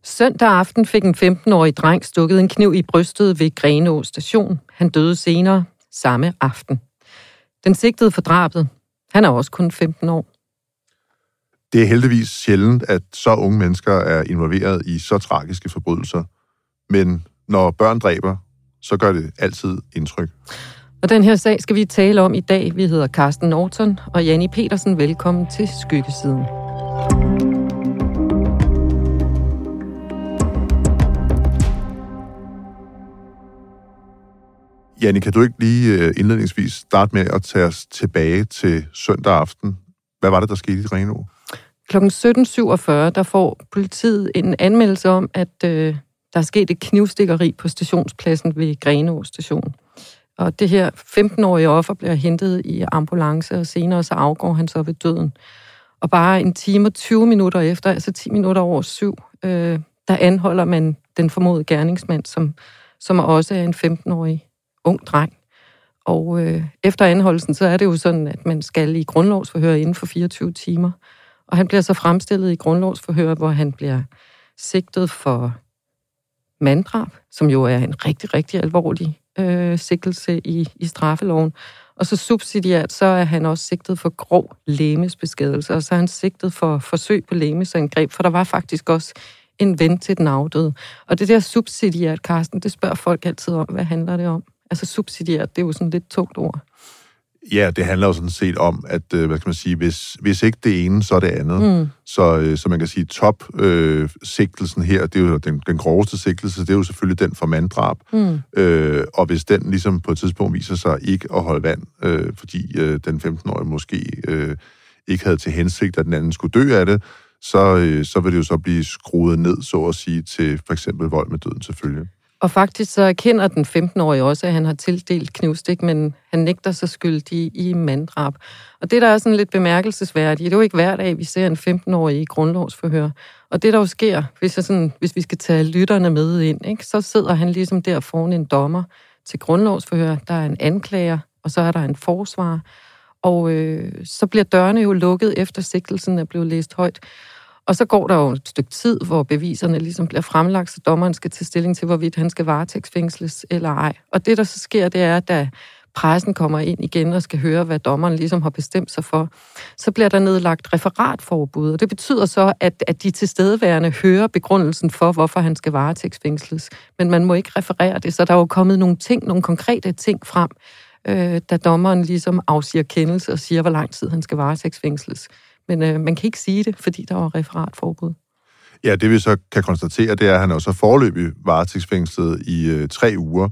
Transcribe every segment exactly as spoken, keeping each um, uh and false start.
Søndag aften fik en femten-årig dreng stukket en kniv i brystet ved Grenaa station. Han døde senere samme aften. Den sigtede for drabet. Han er også kun femten år. Det er heldigvis sjældent, at så unge mennesker er involveret i så tragiske forbrydelser. Men når børn dræber, så gør det altid indtryk. Og den her sag skal vi tale om i dag. Vi hedder Carsten Norton og Janni Petersen. Velkommen til Skyggesiden. Janni, kan du ikke lige indledningsvis starte med at tage os tilbage til søndag aften? Hvad var det, der skete i Grenaa? klokken sytten syvogfyrre, der får politiet en anmeldelse om, at øh, der er sket et knivstikkeri på stationspladsen ved Grenaa station. Og det her femten-årige offer bliver hentet i ambulance, og senere så afgår han så ved døden. Og bare en time og tyve minutter efter, altså ti minutter over syv, øh, der anholder man den formodede gerningsmand, som, som også er en femten-årig ung dreng. Og øh, efter anholdelsen, så er det jo sådan, at man skal i grundlovsforhør inden for fireogtyve timer. Og han bliver så fremstillet i grundlovsforhør, hvor han bliver sigtet for manddrab, som jo er en rigtig, rigtig alvorlig øh, sigtelse i, i straffeloven. Og så subsidiært, så er han også sigtet for grov legemsbeskadigelse, og så er han sigtet for forsøg på legemsangreb, for der var faktisk også en ven til den afdøde. Og det der subsidiært, Carsten, det spørger folk altid om, hvad handler det om? Altså subsidiært, det er jo sådan lidt tungt ord. Ja, det handler jo sådan set om, at, hvad kan man sige, hvis, hvis ikke det ene, så det andet. Mm. Så, så man kan sige, top-sigtelsen øh, her, det er jo den, den groveste sigtelse, det er jo selvfølgelig den for manddrab. Mm. Øh, og hvis den ligesom på et tidspunkt viser sig ikke at holde vand, øh, fordi øh, den femten-årige måske øh, ikke havde til hensigt, at den anden skulle dø af det, så, øh, så vil det jo så blive skruet ned, så at sige, til for eksempel vold med døden selvfølgelig. Og faktisk så erkender den femten-årige også, at han har tildelt knivstik, men han nægter sig skyldig i manddrab. Og det, der er sådan lidt bemærkelsesværdigt, det er jo ikke hver dag, vi ser en femten-årig i grundlovsforhør. Og det, der jo sker, hvis, jeg sådan, hvis vi skal tage lytterne med ind, ikke, så sidder han ligesom der foran en dommer til grundlovsforhør. Der er en anklager, og så er der en forsvarer. Og øh, så bliver dørene jo lukket, efter sigtelsen er blevet læst højt. Og så går der jo et stykke tid, hvor beviserne ligesom bliver fremlagt, så dommeren skal tage stilling til, hvorvidt han skal varetægtsfængsles eller ej. Og det, der så sker, det er, da pressen kommer ind igen og skal høre, hvad dommeren ligesom har bestemt sig for, så bliver der nedlagt referatforbud. Og det betyder så, at, at de tilstedeværende hører begrundelsen for, hvorfor han skal varetægtsfængsles. Men man må ikke referere det, så der er jo kommet nogle ting, nogle konkrete ting frem, øh, da dommeren ligesom afsiger kendelse og siger, hvor lang tid han skal varetægtsfængsles. Men øh, man kan ikke sige det, fordi der var referatforbud. Ja, det vi så kan konstatere, det er, at han er så foreløbig varetægtsfængslet i øh, tre uger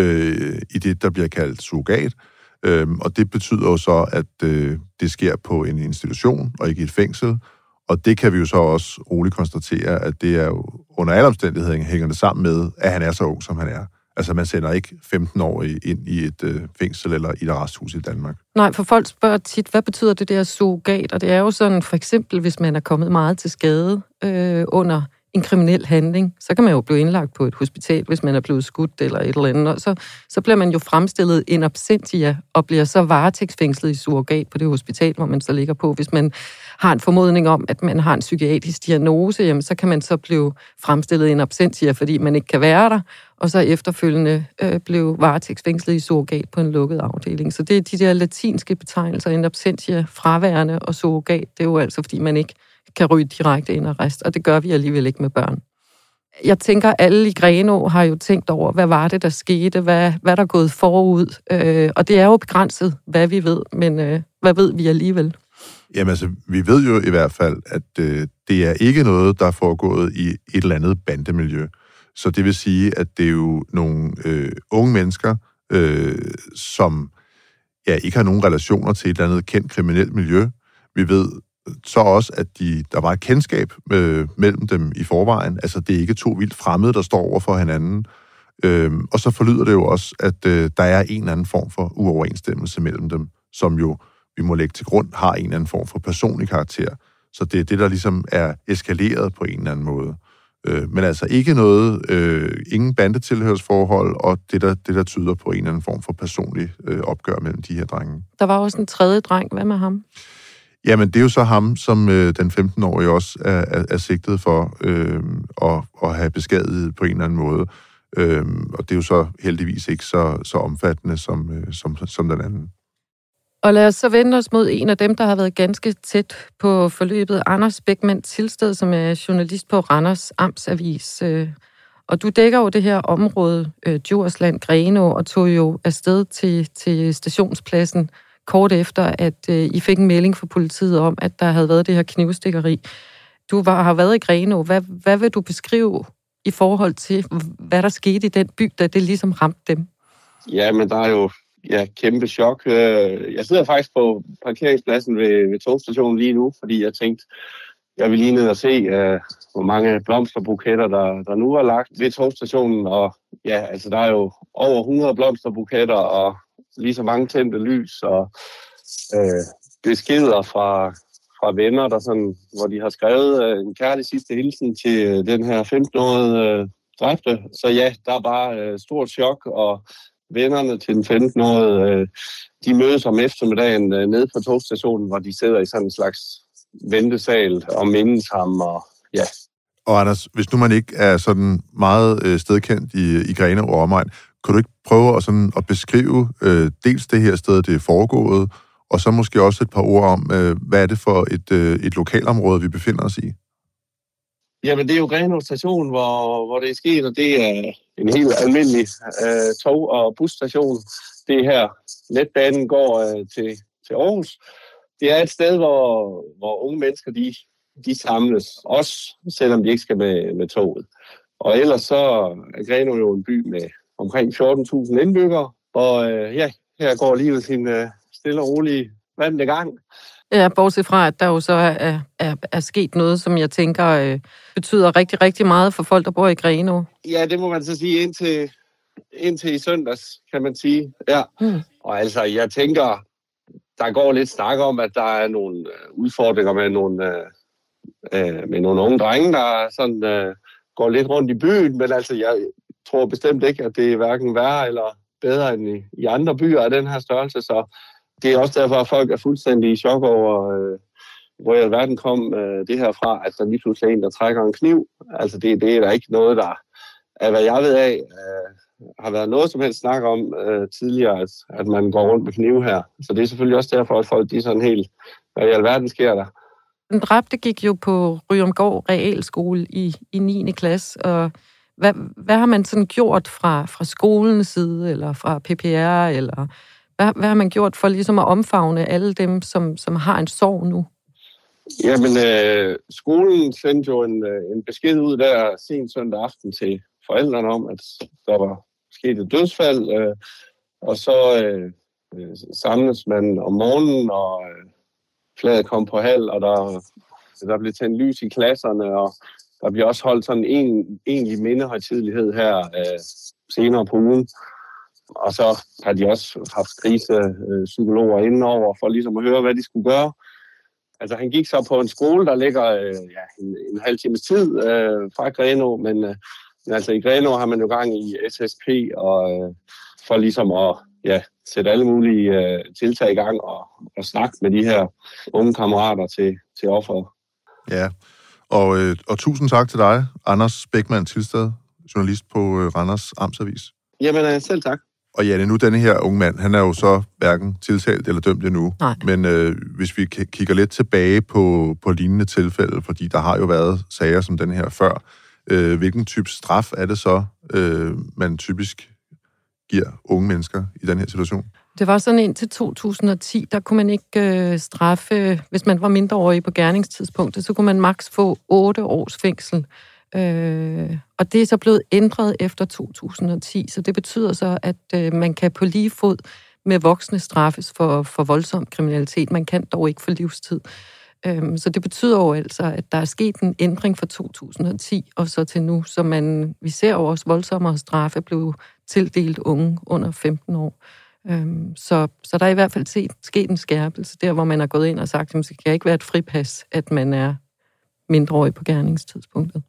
øh, i det, der bliver kaldt surrogat. Øh, og det betyder jo så, at øh, det sker på en institution og ikke i et fængsel. Og det kan vi jo så også roligt konstatere, at det er jo under alle omstændigheder hænger det sammen med, at han er så ung, som han er. Altså, man sender ikke femten-årige ind i et øh, fængsel eller i et arresthus i Danmark. Nej, for folk spørger tit, hvad betyder det der surrogat? Og det er jo sådan, for eksempel, hvis man er kommet meget til skade øh, under en kriminel handling, så kan man jo blive indlagt på et hospital, hvis man er blevet skudt eller et eller andet. Og så, så bliver man jo fremstillet in absentia og bliver så varetægtsfængslet i surrogat på det hospital, hvor man så ligger på. Hvis man har en formodning om, at man har en psykiatrisk diagnose, jamen, så kan man så blive fremstillet in absentia, fordi man ikke kan være der, og så efterfølgende øh, blev varetægtsfængslet i surrogat på en lukket afdeling. Så det er de der latinske betegnelser, in absentia, fraværende og surrogat. Det er jo altså, fordi man ikke kan ryge direkte ind i arrest, og det gør vi alligevel ikke med børn. Jeg tænker, alle i Grenaa har jo tænkt over, hvad var det, der skete, hvad, hvad der er gået forud, øh, og det er jo begrænset, hvad vi ved, men øh, hvad ved vi alligevel? Jamen altså, vi ved jo i hvert fald, at øh, det er ikke noget, der er foregået i et eller andet bandemiljø. Så det vil sige, at det er jo nogle øh, unge mennesker, øh, som ja, ikke har nogen relationer til et eller andet kendt kriminelt miljø. Vi ved så også, at de, der var et kendskab øh, mellem dem i forvejen. Altså, det er ikke to vildt fremmede, der står over for hinanden. Øh, og så forlyder det jo også, at øh, der er en eller anden form for uoverensstemmelse mellem dem, som jo, vi må lægge til grund, har en eller anden form for personlig karakter. Så det er det, der ligesom er eskaleret på en eller anden måde. Øh, men altså ikke noget, øh, ingen bandetilhørsforhold, og det der, det, der tyder på en eller anden form for personlig øh, opgør mellem de her drenge. Der var også en tredje dreng. Hvad med ham? Jamen, det er jo så ham, som øh, den femten-årige også er, er, er sigtet for øh, at, at have beskadiget på en eller anden måde. Øh, og det er jo så heldigvis ikke så, så omfattende som, øh, som, som den anden. Og lad os så vende os mod en af dem, der har været ganske tæt på forløbet, Anders Beckmann Tilsted, som er journalist på Randers Amtsavis. Og du dækker jo det her område, Djursland, Grenaa, og tog jo afsted til, til stationspladsen kort efter, at I fik en melding fra politiet om, at der havde været det her knivstikkeri. Du var, har været i Grenaa. Hvad, hvad vil du beskrive i forhold til, hvad der skete i den by, da det ligesom ramte dem? Ja, men der er jo ja, kæmpe chok. Jeg sidder faktisk på parkeringspladsen ved, ved togstationen lige nu, fordi jeg tænkte, jeg vil lige ned og se, uh, hvor mange blomsterbuketter, der, der nu er lagt ved togstationen. Og ja, altså der er jo over hundrede blomsterbuketter og lige så mange tændte lys og uh, beskeder fra, fra venner, der sådan, hvor de har skrevet uh, en kærlig sidste hilsen til uh, den her femten-årige uh, dræbte. Så ja, der er bare uh, stort chok, og vennerne til den femten-årige, uh, de mødes om eftermiddagen uh, nede på togstationen, hvor de sidder i sådan en slags ventesal og mindes ham, og ja. Og Anders, hvis nu man ikke er sådan meget øh, stedkendt i, i Grenaa og omegn, kan du ikke prøve at, sådan, at beskrive øh, dels det her sted, det er foregået, og så måske også et par ord om, øh, hvad er det for et, øh, et lokalområde, vi befinder os i? Jamen, det er jo Grenaa station, hvor, hvor det er sket, og det er en helt almindelig øh, tog- og busstation. Det er her, letbanen går øh, til, til Aarhus. Det er et sted, hvor, hvor unge mennesker, de, de samles, også selvom de ikke skal med, med toget. Og ellers så er Grenaa jo en by med omkring fjorten tusind indbyggere, og øh, ja, her går livet sin øh, stille og rolige vante gang. Ja, bortset fra, at der jo så er, er, er sket noget, som jeg tænker øh, betyder rigtig, rigtig meget for folk, der bor i Grenaa. Ja, det må man så sige indtil, indtil i søndags, kan man sige. Ja. Hmm. Og altså, jeg tænker, der går lidt snak om, at der er nogle udfordringer med nogle, øh, med nogle unge drenge, der sådan, øh, går lidt rundt i byen, men altså, jeg tror bestemt ikke, at det er hverken værre eller bedre end i, i andre byer af den her størrelse, så det er også derfor, at folk er fuldstændig i chok over, øh, hvor i alverden kom øh, det her fra, at der lige pludselig er en, der trækker en kniv. Altså, det, det er der ikke noget, der, af hvad jeg ved af, øh, har været noget som helst snak om øh, tidligere, at, at man går rundt med knive her. Så det er selvfølgelig også derfor, at folk de er sådan helt, hvad i alverden sker der. Den dræbte gik jo på Ryomgård Realskole i, i niende klasse, og hvad, hvad har man sådan gjort fra, fra skolens side, eller fra P P R, eller hvad, hvad har man gjort for ligesom at omfavne alle dem, som, som har en sorg nu? Jamen, øh, skolen sendte jo en, en besked ud der sent søndag aften til forældrene om, at der var sket et dødsfald, øh, og så øh, samles man om morgenen, og øh, flaget kom på halv, og der, der blev tændt lys i klasserne, og der bliver også holdt sådan en egentlig mindehøjtidelighed her øh, senere på ugen. Og så har de også haft krisepsykologer indenover for ligesom at høre, hvad de skulle gøre. Altså, han gik så på en skole, der ligger øh, ja, en, en halv times tid øh, fra Grenaa, men, øh, men altså i Grenaa har man jo gang i S S P, og øh, for ligesom at ja, sætte alle mulige øh, tiltag i gang og, og snakke med de her unge kammerater til, til offeret. Ja, og, øh, og tusind tak til dig, Anders Beckmann Tilsted, journalist på øh, Randers Amtsavis. Jamen, øh, selv tak. Og ja, nu denne her unge mand, han er jo så hverken tiltalt eller dømt endnu. Nej. Men øh, hvis vi k- kigger lidt tilbage på, på lignende tilfælde, fordi der har jo været sager som den her før, øh, hvilken type straf er det så, øh, man typisk giver unge mennesker i den her situation? Det var sådan indtil to tusind og ti, der kunne man ikke øh, straffe, hvis man var mindreårig på gerningstidspunktet, så kunne man maks få otte års fængsel. Øh, og det er så blevet ændret efter to tusind og ti, så det betyder så, at øh, man kan på lige fod med voksne straffes for, for voldsom kriminalitet. Man kan dog ikke for livstid. Øh, så det betyder jo altså, at der er sket en ændring fra to tusind og ti og så til nu, så man, vi ser jo også voldsommere straffe blev tildelt unge under femten år. Øh, så, så der er i hvert fald set, sket en skærpelse der, hvor man har gået ind og sagt, at det kan ikke være et fripas, at man er mindreårig på gerningstidspunktet.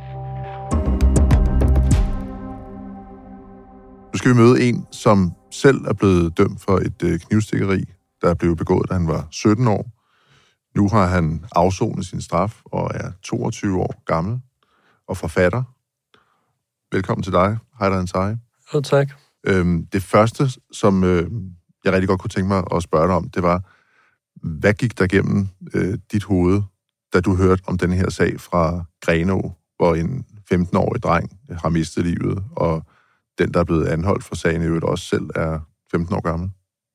Nu skal vi møde en, som selv er blevet dømt for et øh, knivstikkeri, der blev begået, da han var sytten år. Nu har han afsonet sin straf og er toogtyve år gammel og forfatter. Velkommen til dig, Heidar Ansari. Jo, tak. Øhm, det første, som øh, jeg rigtig godt kunne tænke mig at spørge dig om, det var, hvad gik der gennem øh, dit hoved, da du hørte om den her sag fra Grenaa, hvor en femten-årig dreng har mistet livet, og den, der er blevet anholdt for sagen, i øvrigt også selv er femten år gammel?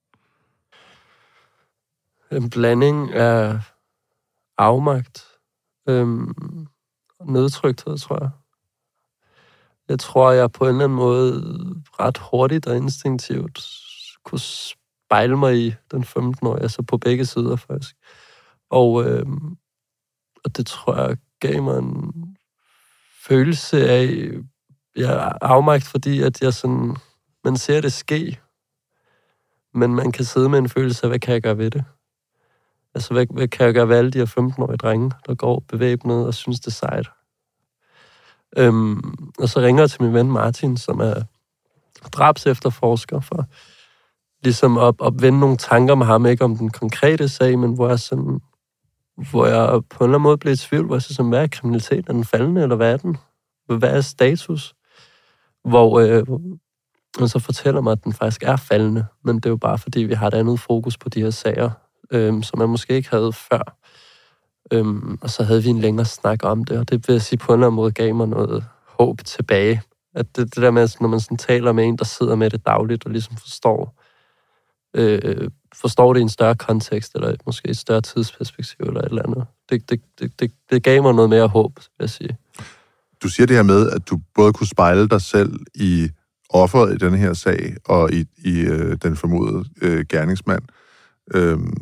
En blanding af afmagt øhm, og nedtrykthed, tror jeg. Jeg tror, jeg på en eller anden måde ret hurtigt og instinktivt kunne spejle mig i den femten-årige, altså på begge sider faktisk. Og, øhm, og det tror jeg gav mig en følelse af ja, afmagt, fordi at jeg sådan, man ser det ske, men man kan sidde med en følelse af, hvad kan jeg gøre ved det? Altså, hvad, hvad kan jeg gøre ved alle de her femten-årige drenge, der går bevæbnet og synes, det er sejt? Øhm, og så ringer jeg til min ven Martin, som er drabsefterforsker, for ligesom at, at vende nogle tanker med ham, ikke om den konkrete sag, men hvor jeg, sådan, hvor jeg på en eller anden måde blev i tvivl, hvor jeg siger, hvad er kriminalitet? Er den faldende, eller hvad er den? Hvad er status? Hvor øh, og så fortæller mig, at den faktisk er faldende, men det er jo bare, fordi vi har et andet fokus på de her sager, øhm, som man måske ikke havde før. Øhm, og så havde vi en længere snak om det, og det vil jeg sige på en eller anden måde gav mig noget håb tilbage. At det, det der med, når man sådan taler med en, der sidder med det dagligt, og ligesom forstår, øh, forstår det i en større kontekst, eller måske et større tidsperspektiv, eller et eller andet. Det, det, det, det, det gav mig noget mere håb, vil jeg sige. Du siger det her med, at du både kunne spejle dig selv i offeret i denne her sag, og i, i øh, den formodede øh, gerningsmand. Øhm,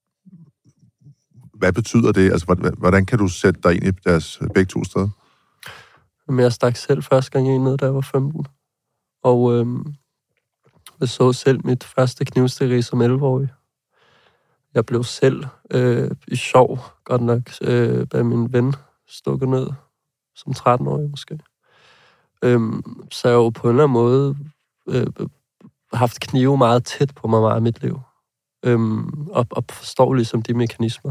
hvad betyder det? Altså, hvordan kan du sætte dig ind i deres begge to steder? Jamen, jeg stak selv første gang ind ned, da jeg var femten. Og øhm, jeg så selv mit første knivstikkeri som elleve-årig. Jeg blev selv øh, i sjov, godt nok, øh, af min ven stukket ned, som tretten-årig måske. Øhm, så jeg jo på en eller anden måde øh, haft knive meget tæt på mig meget i mit liv. Øhm, og, og forstår ligesom de mekanismer.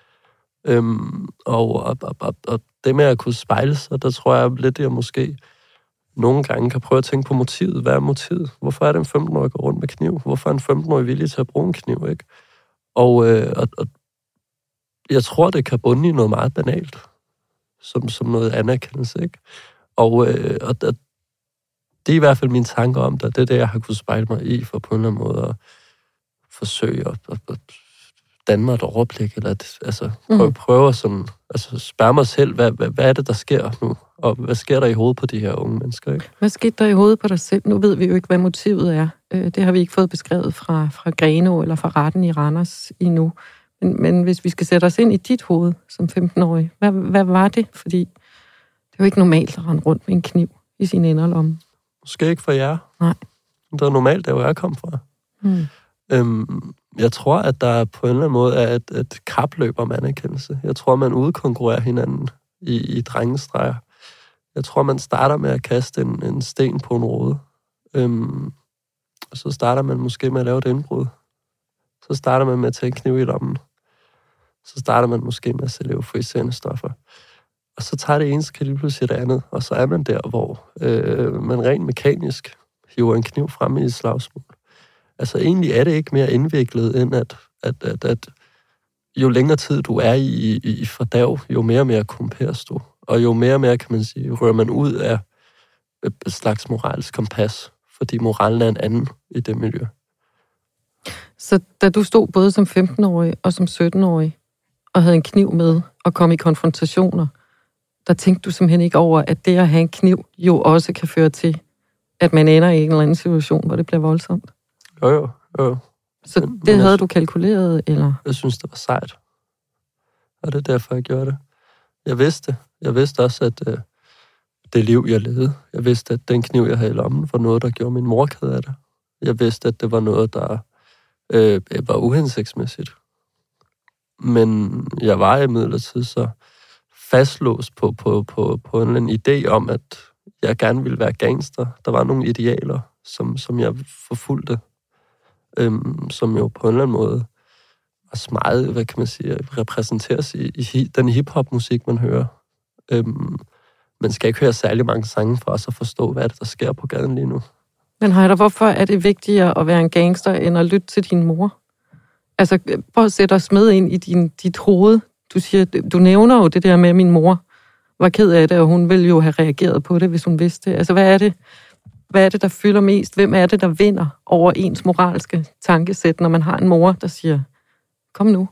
Øhm, og, og, og, og det med at kunne spejle sig, der tror jeg lidt, at jeg måske nogle gange kan prøve at tænke på motivet. Hvad er motivet? Hvorfor er det en femten-årig, der går rundt med kniv? Hvorfor er en femten-årig villig til at bruge en kniv, ikke? Og, øh, og, og jeg tror, det kan bunde i noget meget banalt. Som, som noget anerkendelse, ikke? Og, øh, og, og det er i hvert fald mine tanker om det. Det er det, jeg har kunnet spejle mig i, for på en eller anden måde at forsøge at, at, at danne mig et overblik, eller at altså, prøve, mm. prøve at sådan, altså, spørge mig selv, hvad, hvad, hvad er det, der sker nu? Og hvad sker der i hovedet på de her unge mennesker, ikke? Hvad skete der i hovedet på dig selv? Nu ved vi jo ikke, hvad motivet er. Det har vi ikke fået beskrevet fra, fra Grenaa eller fra retten i Randers endnu. Men, men hvis vi skal sætte os ind i dit hoved som femten-årig, hvad, hvad var det? Fordi det er jo ikke normalt at rende rundt med en kniv i sin inderlomme. Måske ikke for jer. Nej. Det er normalt, der hvor jeg kom fra. Mm. Øhm, jeg tror, at der på en eller anden måde er et, et kapløb om anerkendelse. Jeg tror, man udkonkurrerer hinanden i, i drengestreger. Jeg tror, man starter med at kaste en, en sten på en rode. Øhm, og så starter man måske med at lave et indbrud. Så starter man med at tage en kniv i lommen. Så starter man måske med at sælge euforiserende stoffer. Og så tager det ene skridt lige pludselig det andet, og så er man der, hvor øh, man rent mekanisk hiver en kniv frem i et slagsmål. Altså egentlig er det ikke mere indviklet, end at, at, at, at jo længere tid du er i, i, i fordav, jo mere og mere komperes du. Og jo mere og mere, kan man sige, rører man ud af et slags moralsk kompas, fordi moralen er en anden i det miljø. Så da du stod både som femten-årig og som sytten-årig, og havde en kniv med og kom i konfrontationer, der tænkte du simpelthen ikke over, at det at have en kniv jo også kan føre til, at man ender i en eller anden situation, hvor det bliver voldsomt? Jo, jo, jo. Så det Men havde jeg, du kalkuleret, eller? Jeg synes, det var sejt. Og det er derfor, jeg gjorde det. Jeg vidste. Jeg vidste også, at øh, det liv, jeg levede. Jeg vidste, at den kniv, jeg havde i lommen, var noget, der gjorde min mor ked af det. Jeg vidste, at det var noget, der øh, var uhensigtsmæssigt. Men jeg var imidlertid så fastlåst på, på, på, på en eller anden idé om, at jeg gerne ville være gangster. Der var nogle idealer, som, som jeg forfulgte, øhm, som jo på en eller anden måde også meget, hvad kan man sige, repræsenteres i, i den hiphop-musik, man hører. Øhm, man skal ikke høre særlig mange sange for os at forstå, hvad det, der sker på gaden lige nu. Men Heider, hvorfor er det vigtigere at være en gangster, end at lytte til din mor? Altså, prøv at sætte os med ind i din, dit hoved. Du siger, du nævner jo det der med, at min mor var ked af det, og hun ville jo have reageret på det, hvis hun vidste det. Altså, hvad er det, hvad er det, der fylder mest? Hvem er det, der vinder over ens moralske tankesæt, når man har en mor, der siger, kom nu?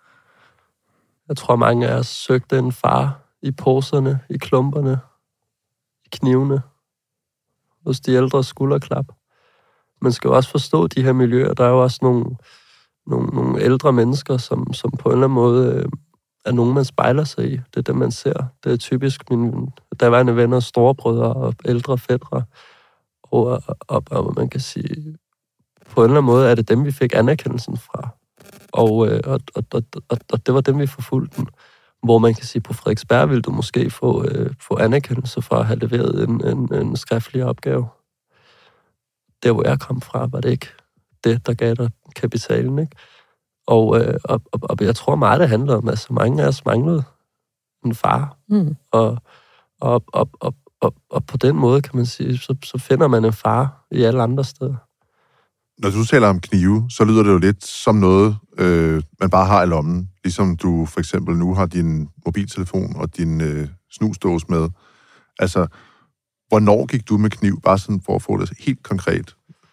Jeg tror, mange af os søgte en far i poserne, i klumperne, i knivene, hos de ældre skulderklap. Man skal jo også forstå de her miljøer. Der er jo også nogle, nogle, nogle ældre mennesker, som, som på en eller anden måde øh, er nogen, man spejler sig i. Det er det, man ser. Det er typisk mine daværende venner, storebrødre og ældre fætre. Og, og, og, og man kan sige, på en eller anden måde er det dem, vi fik anerkendelsen fra. Og, øh, og, og, og, og, og det var dem, vi forfulgte. Hvor man kan sige, på Frederiksberg ville du måske få, øh, få anerkendelse for at have leveret en, en, en skriftlig opgave. Der, hvor jeg kom fra, var det ikke det, der gav dig kapitalen, ikke? Og, øh, og, og, og jeg tror meget, det handler om, at så mange af os manglede en far. Mm. Og, og, og, og, og, og på den måde, kan man sige, så, så finder man en far i alle andre steder. Når du taler om knive, så lyder det jo lidt som noget, øh, man bare har i lommen. Ligesom du for eksempel nu har din mobiltelefon og din øh, snusdåse med. Altså, hvornår gik du med kniv? Bare sådan for at få det helt konkret.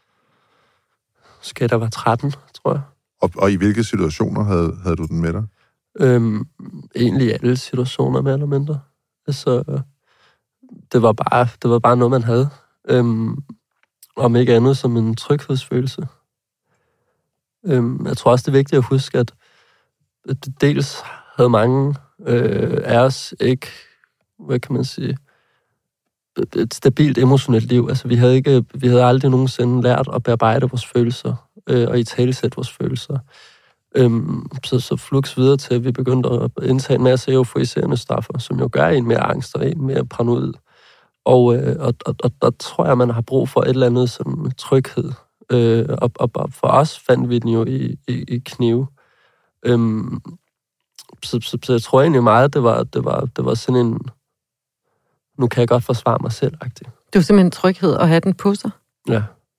Skal der være tretten, tror jeg. Og, og i hvilke situationer havde, havde du den med dig? Øhm, egentlig i alle situationer, mere eller mindre. Altså, det var bare, det var bare noget, man havde. Øhm, om ikke andet som en tryghedsfølelse. Øhm, jeg tror også, det er vigtigt at huske, at, at dels havde mange øh, af os ikke, hvad kan man sige, et stabilt emotionelt liv. Altså, vi havde, ikke, vi havde aldrig nogensinde lært at bearbejde vores følelser, øh, og italesætte vores følelser. Øhm, så, så flux videre til, at vi begyndte at indtage en masse euforiserende stoffer, som jo gør en mere angst og en mere paranoid. Og, øh, og, og, og der tror jeg, man har brug for et eller andet sådan tryghed. Øh, og, og, og for os fandt vi den jo i, i, i knive. Øhm, så, så, så jeg tror egentlig meget, det var, det var, det var sådan en, nu kan jeg godt forsvare mig selv-agtigt. Det var simpelthen tryghed at have den på sig? Ja.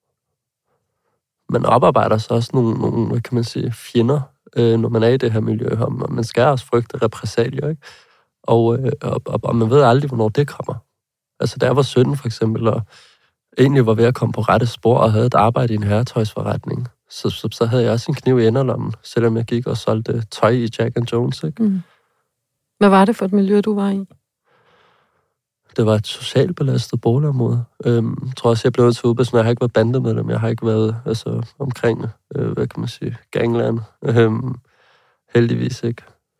Man oparbejder så også nogle, nogle hvad kan man sige, fjender, øh, når man er i det her miljø. Og man skal også frygte repressalier, ikke? Og, øh, og, og, og man ved aldrig, hvornår det kommer. Altså, da jeg var sytten for eksempel, og egentlig var ved at komme på rette spor, og havde et arbejde i en herretøjsforretning, så, så, så havde jeg også en kniv i enderlommen, selvom jeg gik og solgte tøj i Jack and Jones, ikke? Mm. Hvad var det for et miljø, du var i? Det var et socialt belastet boligområde. Øhm, jeg tror også, jeg blev nødt til udbesøg. Jeg har ikke været bandemedlem. Jeg har ikke været altså, omkring, øh, hvad kan man sige, gangland. Øhm, heldigvis ikke.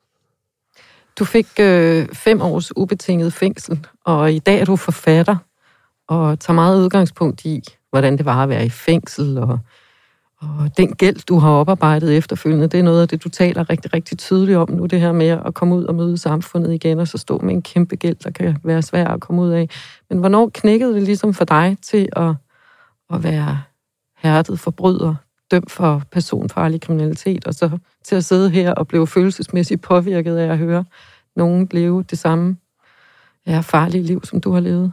Du fik øh, fem års ubetinget fængsel, og i dag er du forfatter, og tager meget udgangspunkt i, hvordan det var at være i fængsel, og, og den gæld, du har oparbejdet efterfølgende, det er noget af det, du taler rigtig, rigtig tydeligt om nu, det her med at komme ud og møde samfundet igen, og så stå med en kæmpe gæld, der kan være svær at komme ud af. Men hvornår knækkede det ligesom for dig til at, at være hærdet forbryder, dømt for personfarlig kriminalitet, og så til at sidde her og blive følelsesmæssigt påvirket af at høre nogen leve det samme ja, farlige liv, som du har levet?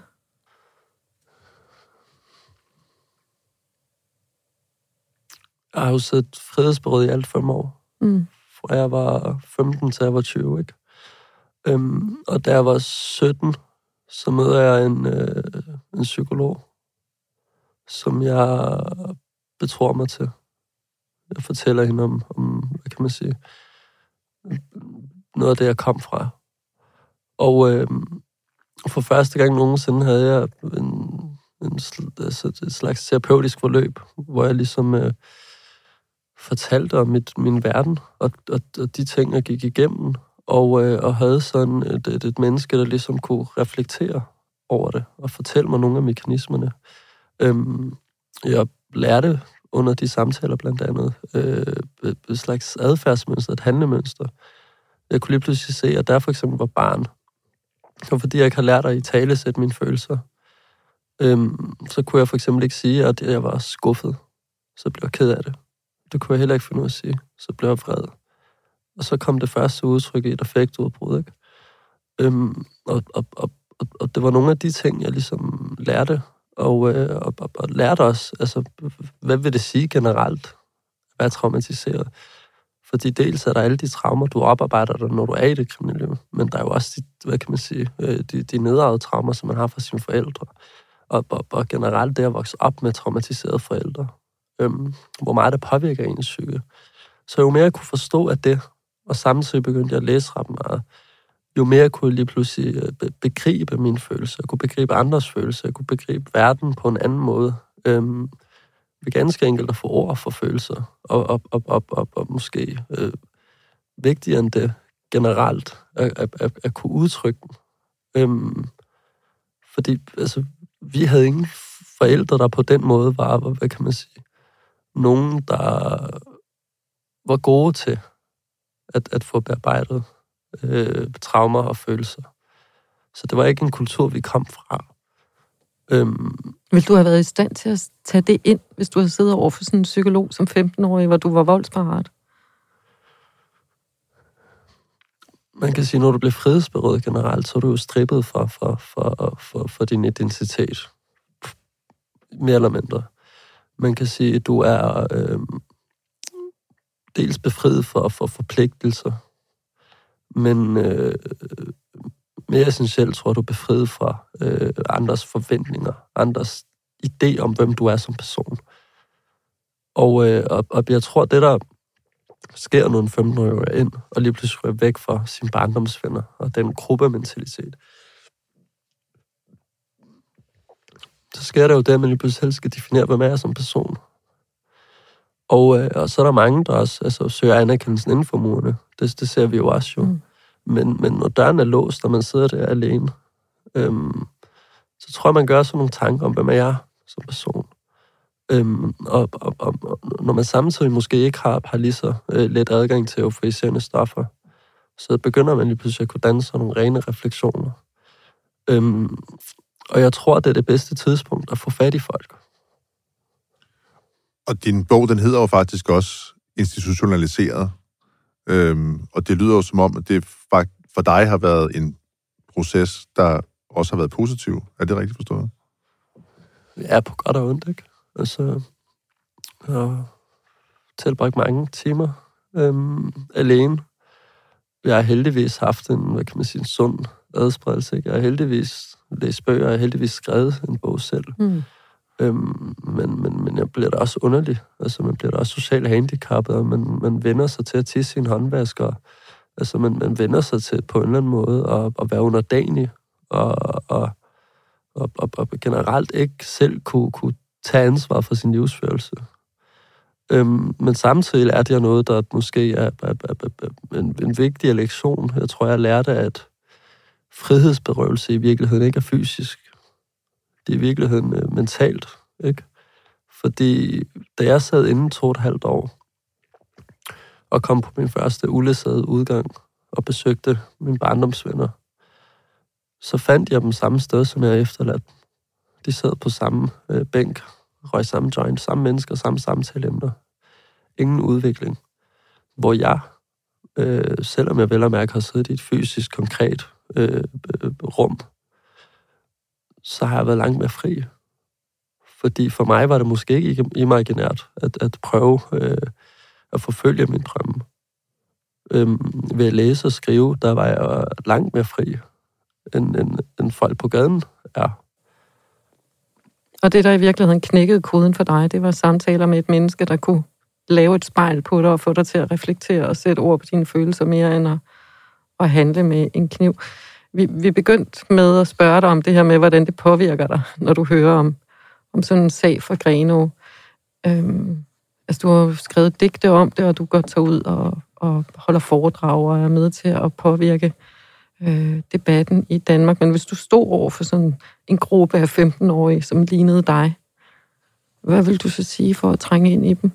Jeg har jo siddet frihedsberøvet i alt fem år. Mm. Fra jeg var femten til jeg var tyve, ikke? Øhm, og da jeg var sytten, så møder jeg en, øh, en psykolog, som jeg betror mig til. Jeg fortæller hende om, om, hvad kan man sige, noget af det, jeg kom fra. Og øh, for første gang nogensinde havde jeg en, en, altså et slags terapeutisk forløb, hvor jeg ligesom øh, fortalte om mit, min verden, og, og, og de ting, jeg gik igennem, og, øh, og havde sådan et, et, et menneske, der ligesom kunne reflektere over det, og fortælle mig nogle af mekanismerne. Øhm, jeg lærte under de samtaler blandt andet øh, et slags adfærdsmønster, et handlemønster. Jeg kunne lige pludselig se, at der for eksempel var barn, og fordi jeg ikke har lært at italesætte mine følelser, øhm, så kunne jeg for eksempel ikke sige, at jeg var skuffet. Så blev jeg ked af det. Det kunne jeg heller ikke finde ud af at sige. Så blev jeg vred. Og så kom det første udtryk i et affektudbrud, ikke? Øhm, og, og, og, og det var nogle af de ting, jeg ligesom lærte, og, øh, og, og, og lærte også, altså, hvad vil det sige generelt, at være traumatiseret? Fordi dels er der alle de traumer, du oparbejder dig, når du er i det kriminelle liv, men der er jo også de, hvad kan man sige, de, de nedarvede traumer, som man har fra sine forældre. Og, og, og generelt det at vokse op med traumatiserede forældre. Øhm, hvor meget det påvirker ens psyke. Så jo mere jeg kunne forstå af det, og samtidig begyndte jeg at læse ret meget, jo mere kunne jeg lige pludselig begribe mine følelser, jeg kunne begribe andres følelser, jeg kunne begribe verden på en anden måde. Øhm, det er ganske enkelt at få ord for følelser, og, og, og, og, og, og måske øh, vigtigere end det generelt, at, at, at, at kunne udtrykke dem. Øhm, fordi altså, vi havde ingen forældre, der på den måde var, hvad kan man sige, nogen, der var gode til at, at få bearbejdet øh, traumer og følelser. Så det var ikke en kultur, vi kom fra. Øhm, Vil du have været i stand til at tage det ind, hvis du havde siddet over for sådan en psykolog som femten-årig, hvor du var voldsparat? Man kan sige, når du bliver frihedsberøvet generelt, så er du jo strippet for, for, for, for, for din identitet. Mere eller mindre. Man kan sige, at du er øh, dels befriet for, for forpligtelser, men øh, mere essentielt tror jeg, du er befriet fra øh, andres forventninger, andres idé om, hvem du er som person. Og, øh, og, og jeg tror, det der sker, når en femten-årig er ind, og lige pludselig er væk fra sine barndomsvenner, og den gruppementalitet, så sker der jo det, at man lige pludselig selv skal definere, hvem man er som person. Og, øh, og så er der mange, der også altså, søger anerkendelsen inden for murene. Det, det ser vi jo også jo. Mm. Men, men når døren er låst, og man sidder der alene, øhm, så tror jeg, man gør sådan nogle tanker om, hvem er jeg som person. Øhm, og, og, og, og når man samtidig måske ikke har, har lige så øh, let adgang til euforiserende stoffer, så begynder man lige pludselig at kunne danne sådan nogle rene refleksioner. Øhm, og jeg tror, det er det bedste tidspunkt at få fat i folk. Og din bog, den hedder jo faktisk også Institutionaliseret. Øhm, og det lyder jo som om, at det for dig har været en proces, der også har været positiv. Er det rigtigt forstået? Ja, på godt og ondt, ikke? Altså, jeg har tilbragt mange timer øhm, alene. Jeg har heldigvis haft en, hvad kan man sige, en sund adspredelse, ikke? Jeg har heldigvis læst bøger, jeg har heldigvis skrevet en bog selv. Mm. Øhm, men, men, men jeg bliver da også underlig. Altså, man bliver da også socialt handicappet, og man, man vender sig til at tisse sin håndvask, og altså, man, man vender sig til på en eller anden måde at, at være underdanig, og, og, og, og, og generelt ikke selv kunne, kunne tage ansvar for sin livsførelse. Øhm, men samtidig lærte jeg noget, der måske er, er, er, er en, en vigtig lektion. Jeg tror, jeg lærte, at frihedsberøvelse i virkeligheden ikke er fysisk. Det er i virkeligheden øh, mentalt, ikke? Fordi da jeg sad inden to og et halvt år, og kom på min første uledsagede udgang, og besøgte mine barndomsvenner, så fandt jeg dem samme sted, som jeg efterladt. De sad på samme øh, bænk, røg samme joint, samme mennesker, samme samtaleemner. Ingen udvikling. Hvor jeg, øh, selvom jeg vel og mærke har siddet i et fysisk, konkret øh, øh, rum, så har jeg været langt mere fri. Fordi for mig var det måske ikke imaginært at, at prøve øh, at forfølge min drømme. Øhm, ved at læse og skrive, der var jeg langt mere fri, end, end, end folk på gaden er. Og det, der i virkeligheden knækkede koden for dig, det var samtaler med et menneske, der kunne lave et spejl på dig og få dig til at reflektere og sætte ord på dine følelser mere end at, at handle med en kniv. Vi, vi begyndte med at spørge dig om det her med, hvordan det påvirker dig, når du hører om, om sådan en sag fra Grenaa. Øhm, altså, du har skrevet digte om det, og du går tager ud og, og holder foredrag og er med til at påvirke øh, debatten i Danmark. Men hvis du stod over for sådan en gruppe af femten-årige, som lignede dig, hvad vil du så sige for at trænge ind i dem?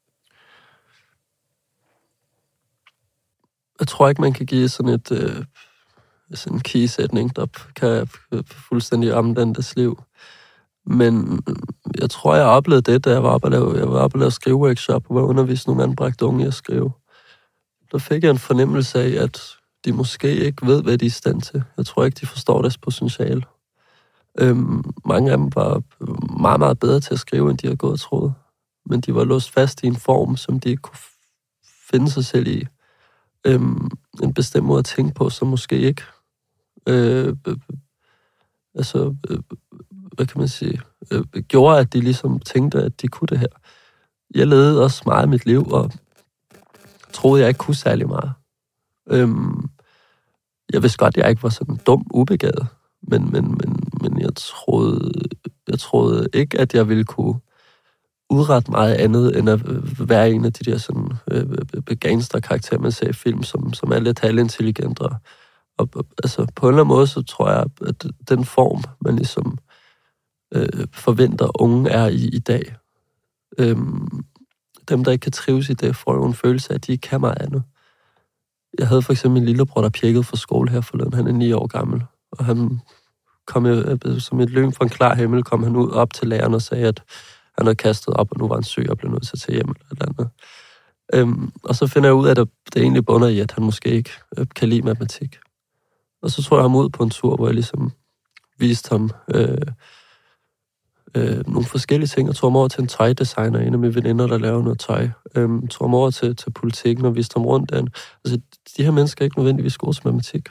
Jeg tror ikke, man kan give sådan et øh, sådan en key-sætning, der kan fuldstændig omvende deres liv. Men jeg tror, jeg oplevede det, da jeg var oppe og lave, jeg var oppe og lave skriveworkshop, og var undervist nogle anbragte unge at skrive. der fik jeg en fornemmelse af, at de måske ikke ved, hvad de er i stand til. Jeg tror ikke, de forstår deres potentiale. Øhm, mange af dem var meget, meget bedre til at skrive, end de havde gået og troet. Men de var låst fast i en form, som de ikke kunne finde sig selv i. Øhm, en bestemt måde at tænke på, som måske ikke... Øh, øh, altså, øh, hvad kan man sige? Øh, gjorde, at de ligesom tænkte, at de kunne det her. Jeg levede også meget af mit liv, og troede, jeg ikke kunne særlig meget. Øhm, jeg vidste godt, at jeg ikke var sådan dum, ubegavet. Men, men, men, men jeg, troede, jeg troede ikke, at jeg ville kunne udrette meget andet, end at være en af de der sådan, øh, gangster-karakterer, man ser i film, som, som er lidt halvintelligent. Og, og, altså, på en eller anden måde, så tror jeg, at den form, man ligesom øh, forventer, unge er i i dag. Øhm, dem, der ikke kan trives i det, får jo en følelse af, at de ikke kan meget andet. Jeg havde for eksempel min lillebror, der pjekkede fra skole her forleden. Han er ni år gammel, og han kom jo, som et lyn fra en klar himmel, kom han ud op til læreren og sagde, at han havde kastet op, og nu var han syg og blev nødt til at tage hjem eller et eller andet. Øhm, og så finder jeg ud af, at det egentlig bunder i, at han måske ikke kan lide matematik. Og så tog jeg ham ud på en tur, hvor jeg ligesom viste ham øh, øh, nogle forskellige ting, og tog ham over til en tøjdesigner, en af mine veninder, der laver noget tøj. Øhm, tog ham over til, til politikken og viste ham rundt den. Altså, de her mennesker er ikke nødvendigvis gode til matematik.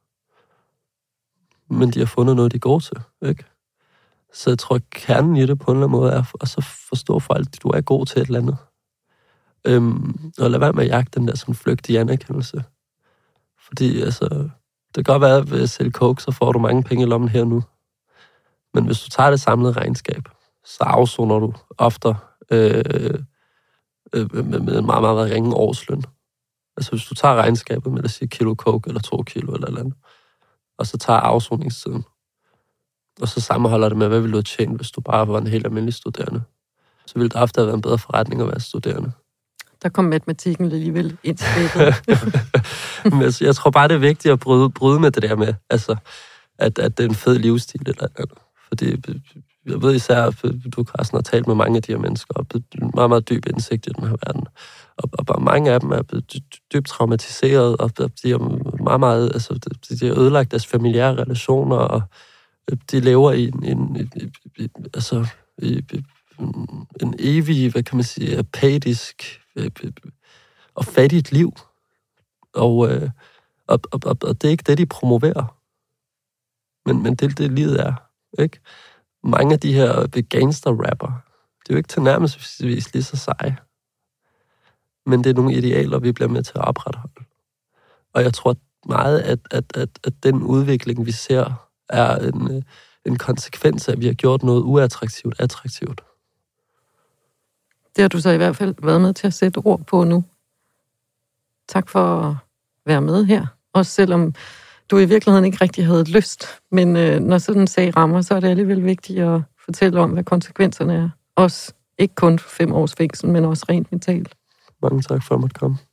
Men de har fundet noget, de går til, ikke? Så jeg tror, at kernen i det på en eller anden måde er at så forstå for alt, at du er god til et eller andet. Øhm, og lad være med at jagte den der sådan flygtige anerkendelse. Fordi altså, det kan godt være, at ved at sælge coke, så får du mange penge i lommen her nu. Men hvis du tager det samlede regnskab, så afsoner du ofte øh, øh, med, med en meget, meget ringe årsløn. Altså hvis du tager regnskabet med at sige kilo coke, eller to kilo, eller eller andet, og så tager afsoningstiden, og så sammenholder det med, hvad ville du have tjent, hvis du bare var en helt almindelig studerende. Så ville det ofte have været en bedre forretning at være studerende. Der kom matematikken alligevel ind til det. Men altså, jeg tror bare, det er vigtigt at bryde, bryde med det der med, altså, at, at det er en fed livsstil eller andet. Fordi jeg ved især, at du, Carsten, har talt med mange af de her mennesker, og meget, meget dyb indsigt i den her verden. Og, og bare mange af dem er dybt traumatiseret, og de er meget, meget, altså, de har ødelagt deres familiære relationer, og de lever i en, en, en, en altså, i, en evig, hvad kan man sige, apatisk og fattigt liv. Og, og, og, og det er ikke det, de promoverer. Men, men det, det livet er, ikke? Mange af de her gangster-rapper, det er jo ikke tilnærmelsesvis lige så seje. Men det er nogle idealer, vi bliver med til at opretholde. Og jeg tror meget, at, at, at, at den udvikling, vi ser, er en, en konsekvens af, at vi har gjort noget uattraktivt attraktivt. Det har du så i hvert fald været med til at sætte ord på nu. Tak for at være med her. Også selvom du i virkeligheden ikke rigtig havde lyst. Men øh, når sådan en sag rammer, så er det alligevel vigtigt at fortælle om, hvad konsekvenserne er. Også ikke kun fem års fængsel, men også rent mentalt. Mange tak for at måtte komme.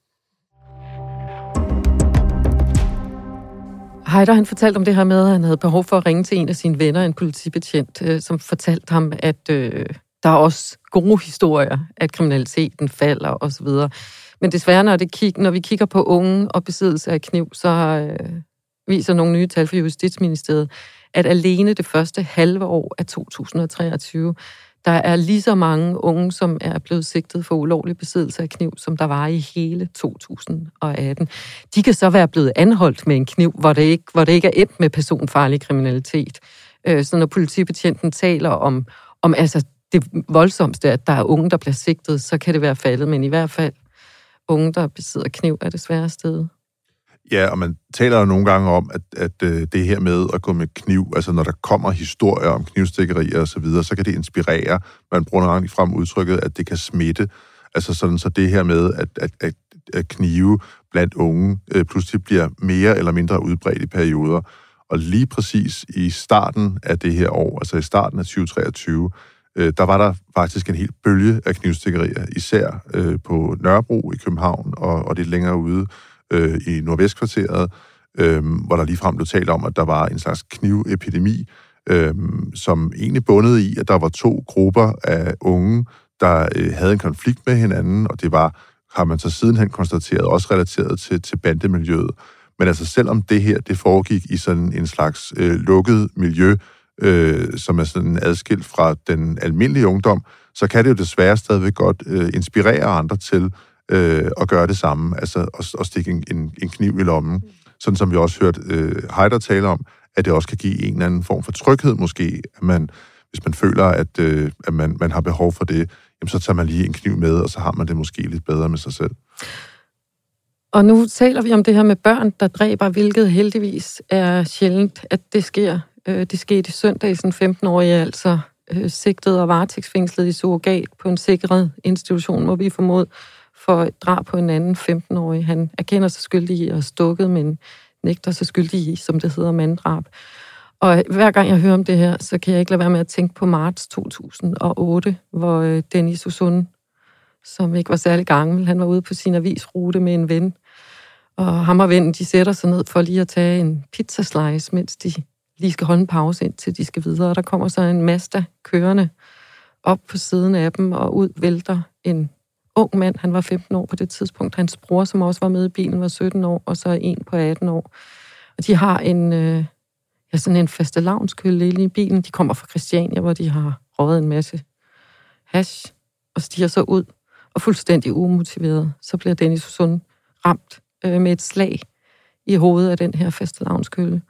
Heider, han fortalte om det her med, at han havde behov for at ringe til en af sine venner, en politibetjent, øh, som fortalte ham, at øh, der er også gode historier, at kriminaliteten falder osv. Men desværre, når, det kig, når vi kigger på unge og besiddelse af kniv, så øh, viser nogle nye tal fra Justitsministeriet, at alene det første halve år af to tusind og treogtyve, der er lige så mange unge, som er blevet sigtet for ulovlig besiddelse af kniv, som der var i hele to tusind og atten. De kan så være blevet anholdt med en kniv, hvor det ikke, hvor det ikke er endt med personfarlig kriminalitet. Så når politibetjenten taler om, om altså det voldsomste, at der er unge, der bliver sigtet, så kan det være faldet, men i hvert fald unge, der besidder kniv, er desværre stedet. Ja, og man taler jo nogle gange om, at, at øh, det her med at gå med kniv, altså når der kommer historier om knivstikkerier og så videre, så kan det inspirere. Man bruger nogle gange frem udtrykket, at det kan smitte. Altså sådan, så det her med, at, at, at, at knive blandt unge øh, pludselig bliver mere eller mindre udbredt i perioder. Og lige præcis i starten af det her år, altså i starten af tyve treogtyve, øh, der var der faktisk en hel bølge af knivstikkerier, især øh, på Nørrebro i København og, og lidt længere ude øh, i Nordvestkvarteret, øh, hvor der ligefrem blev talt om, at der var en slags knivepidemi, øh, som egentlig bundede i, at der var to grupper af unge, der øh, havde en konflikt med hinanden, og det var har man så sidenhen konstateret, også relateret til, til bandemiljøet. Men altså selvom det her, det foregik i sådan en slags øh, lukket miljø, øh, som er sådan adskilt fra den almindelige ungdom, så kan det jo desværre stadigvæk godt øh, inspirere andre til øh, at gøre det samme, altså at, at stikke en, en, en kniv i lommen. Sådan som vi også hørte øh, Heider tale om, at det også kan give en eller anden form for tryghed måske, at man, hvis man føler, at, øh, at man, man har behov for det, jamen, så tager man lige en kniv med, og så har man det måske lidt bedre med sig selv. Og nu taler vi om det her med børn, der dræber, hvilket heldigvis er sjældent, at det sker. Det skete i søndag, en femten-årig altså sigtet og varetægtsfængslet i surrogat på en sikret institution, må vi formode, for et drab på en anden femten-årig. Han erkender sig skyldig i at have stukket, men nægter sig skyldig i, som det hedder, manddrab. Og hver gang jeg hører om det her, så kan jeg ikke lade være med at tænke på marts to tusind og otte, hvor Dennis Usun, som ikke var særlig gammel, han var ude på sin avisrute med en ven, og ham og vennen, de sætter sig ned for lige at tage en pizzaslice, mens de lige skal holde en pause, indtil de skal videre. Og der kommer så en Mazda kørende op på siden af dem, og ud vælter en ung mand. Han var femten år på det tidspunkt. Hans bror, som også var med i bilen, var sytten år, og så en på atten år. Og de har en, øh, ja, sådan en fastelavnskølle i bilen. De kommer fra Christiania, hvor de har røget en masse hash, og stiger så ud, og fuldstændig umotiveret. Så bliver Dennis Usun ramt øh, med et slag i hovedet af den her fastelavnskølle.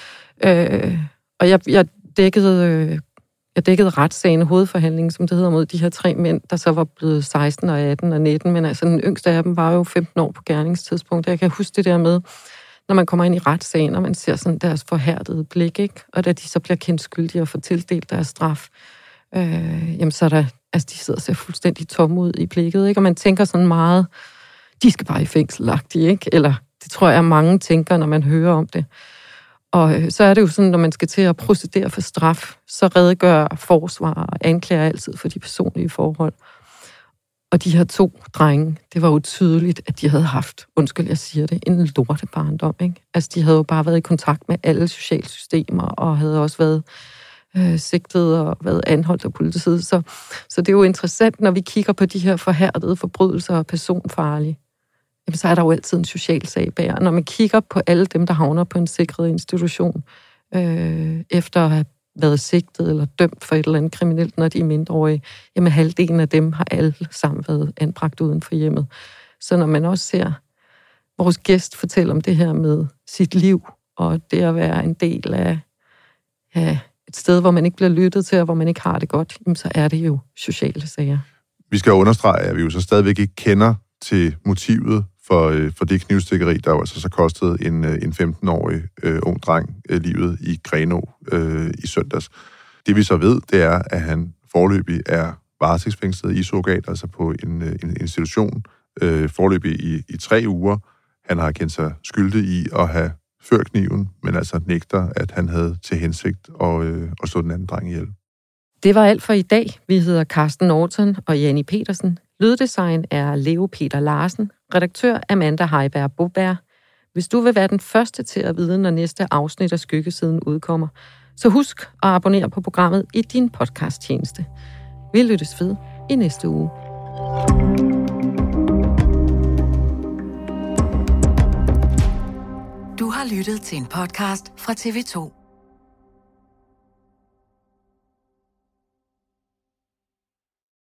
Øh, og jeg, jeg, dækkede, øh, jeg dækkede retssagen, hovedforhandlingen, som det hedder, mod de her tre mænd, der så var blevet seksten og atten og nitten, men altså den yngste af dem var jo femten år på gerningstidspunkt. Jeg kan huske det der med, når man kommer ind i retssagen, og man ser sådan deres forhærdede blik, ikke? Og da de så bliver kendt skyldige og får tildelt deres straf, øh, jamen så er der, altså de sidder og ser fuldstændig tomme ud i blikket, ikke? Og man tænker sådan meget, de skal bare i fængselagtigt, ikke? Eller det tror jeg, mange tænker, når man hører om det. Og så er det jo sådan, når man skal til at procedere for straf, så redegør forsvar og anklager altid for de personlige forhold. Og de her to drenge, det var jo tydeligt, at de havde haft, undskyld, jeg siger det, en lortebarndom, ikke? Altså, de havde jo bare været i kontakt med alle sociale systemer, og havde også været øh, sigtet og været anholdt af politiet. Så, så det er jo interessant, når vi kigger på de her forhærdede forbrydelser og personfarlige. Jamen, så er der jo altid en social sag bag. Og når man kigger på alle dem, der havner på en sikret institution, øh, efter at have været sigtet eller dømt for et eller andet kriminelt, når de er mindreårige, jamen halvdelen af dem har alle sammen været anbragt uden for hjemmet. Så når man også ser vores gæst fortælle om det her med sit liv, og det at være en del af ja, et sted, hvor man ikke bliver lyttet til, og hvor man ikke har det godt, jamen, så er det jo sociale sager. Vi skal understrege, at vi jo så stadigvæk ikke kender til motivet for, for det knivstikkeri, der jo altså så kostede en, en femten-årig øh, ung dreng øh, livet i Grenå øh, i søndags. Det vi så ved, det er, at han foreløbig er varetægtsfængslet i surrogat, altså på en, en institution, øh, foreløbig i, i tre uger. Han har kendt sig skyldig i at have ført kniven, men altså nægter, at han havde til hensigt at, øh, at slå den anden dreng ihjel. Det var alt for i dag. Vi hedder Carsten Norton og Janni Petersen. Lyddesign er Leo Peter Larsen. Redaktør Amanda Heiberg Boberg. Hvis du vil være den første til at vide, når næste afsnit af Skyggesiden udkommer, så husk at abonnere på programmet i din podcasttjeneste. Vi lyttes ved i næste uge. Du har lyttet til en podcast fra T V to.